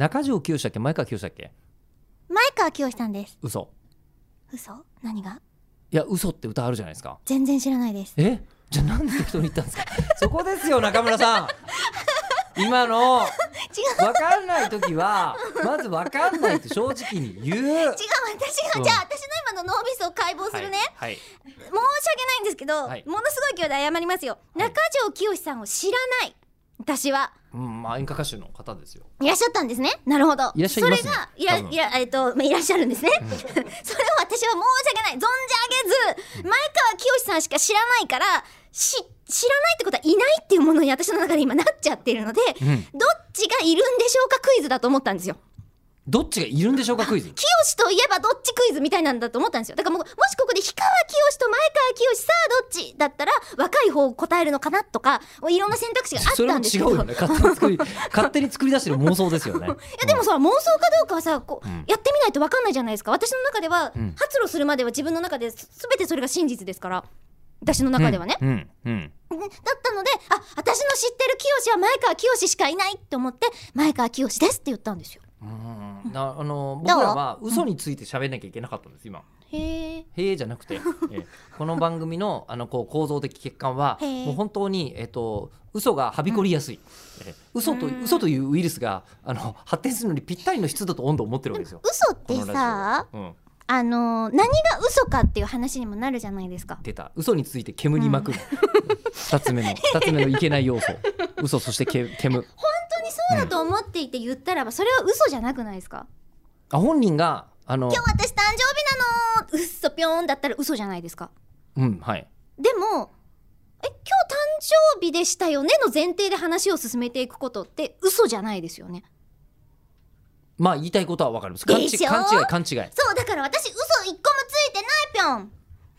中条きよしだっけ前川きよしだっけ。 前川清さんです。 嘘。 嘘？何が？ いや嘘って歌あるじゃないですか。 全然知らないです。 え、じゃあなんで適当に言ったんですかそこですよ中村さん今の分かんない時はまず分かんないって正直に言う。 違う、私が、じゃあ私の今の脳みそを解剖するね、 はい、 申し訳ないんですけど、ものすごい勢いで謝りますよ、中条きよしさんを知らない私は。 まあ演歌歌手の方ですよ。 いらっしゃったんですね。なるほど。 いらっしゃいますね。 それがいらっしゃるんですね、それを私は申し訳ない存じ上げず、前川清さんしか知らないから知らないってことはいないっていうものに私の中で今なっちゃってるので、どっちがいるんでしょうかクイズだと思ったんですよ。 どっちがいるんでしょうかクイズ。 清といえばどっちクイズみたいなんだと思ったんですよ。だからもしここで氷川きよしと前川きよしさあどっちだったら若い方を答えるのかなとかいろんな選択肢があったんですけど、 それも違うよね。勝手に作り出してる妄想ですよね。いやでもさ、妄想かどうかはさやってみないと分かんないじゃないですか。私の中では、発露するまでは自分の中で全てそれが真実ですから、私の中ではね、だったので私の知ってるきよしは前川きよししかいないって思って前川きよしですって言ったんですよ。 僕らは嘘について喋んなきゃいけなかったんです今。へえじゃなくて、この番組のこう構造的欠陥はもう本当に嘘がはびこりやすい、嘘というウイルスが発展するのにぴったりの湿度と温度を持ってるわけですよ。 嘘ってさ、何が嘘かっていう話にもなるじゃないですか。 出た。嘘について煙に巻く、2つ目のいけない要素嘘そして煙。 本当にそうだと思っていて言ったらばそれは嘘じゃなくないですか。 本人が今日私誕生日なの嘘ぴょーんだったら嘘じゃないですか。 はい。 でも今日誕生日でしたよねの前提で話を進めていくことって嘘じゃないですよね。 まあ言いたいことは分かります。勘違い。そうだから私嘘一個もついてないぴょん。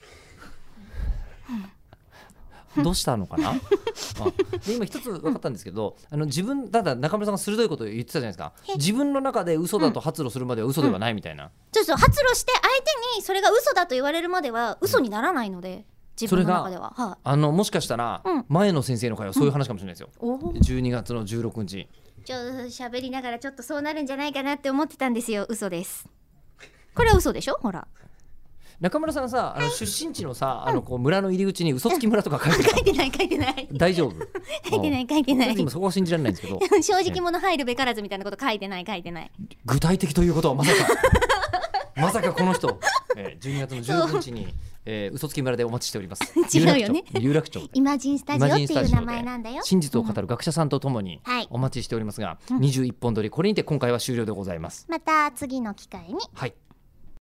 どうしたのかなで今一つ分かったんですけど、自分ただ中村さんが鋭いことを言ってたじゃないですか。自分の中で嘘だと発露するまでは嘘ではないみたいな、 そう発露して相手にそれが嘘だと言われるまでは嘘にならないので、自分の中では、 もしかしたら、前の先生の会はそういう話かもしれないですよ、12月の16日喋りながらちょっとそうなるんじゃないかなって思ってたんですよ。嘘です。これは嘘でしょ。ほら中村さんさ、出身地のさ、こう村の入り口に嘘つき村とか書いてない書いてない大丈夫書いてない今そこは信じられないんですけど正直者入るべからずみたいなこと書いてない具体的ということはまさかこの人、12月の19日に、嘘つき村でお待ちしております。 違うよね。 有楽町イマジンスタジオっていう名前なんだよ。 真実を語る学者さんとともにお待ちしておりますが、21本撮りこれにて今回は終了でございます。 また次の機会に。 はい。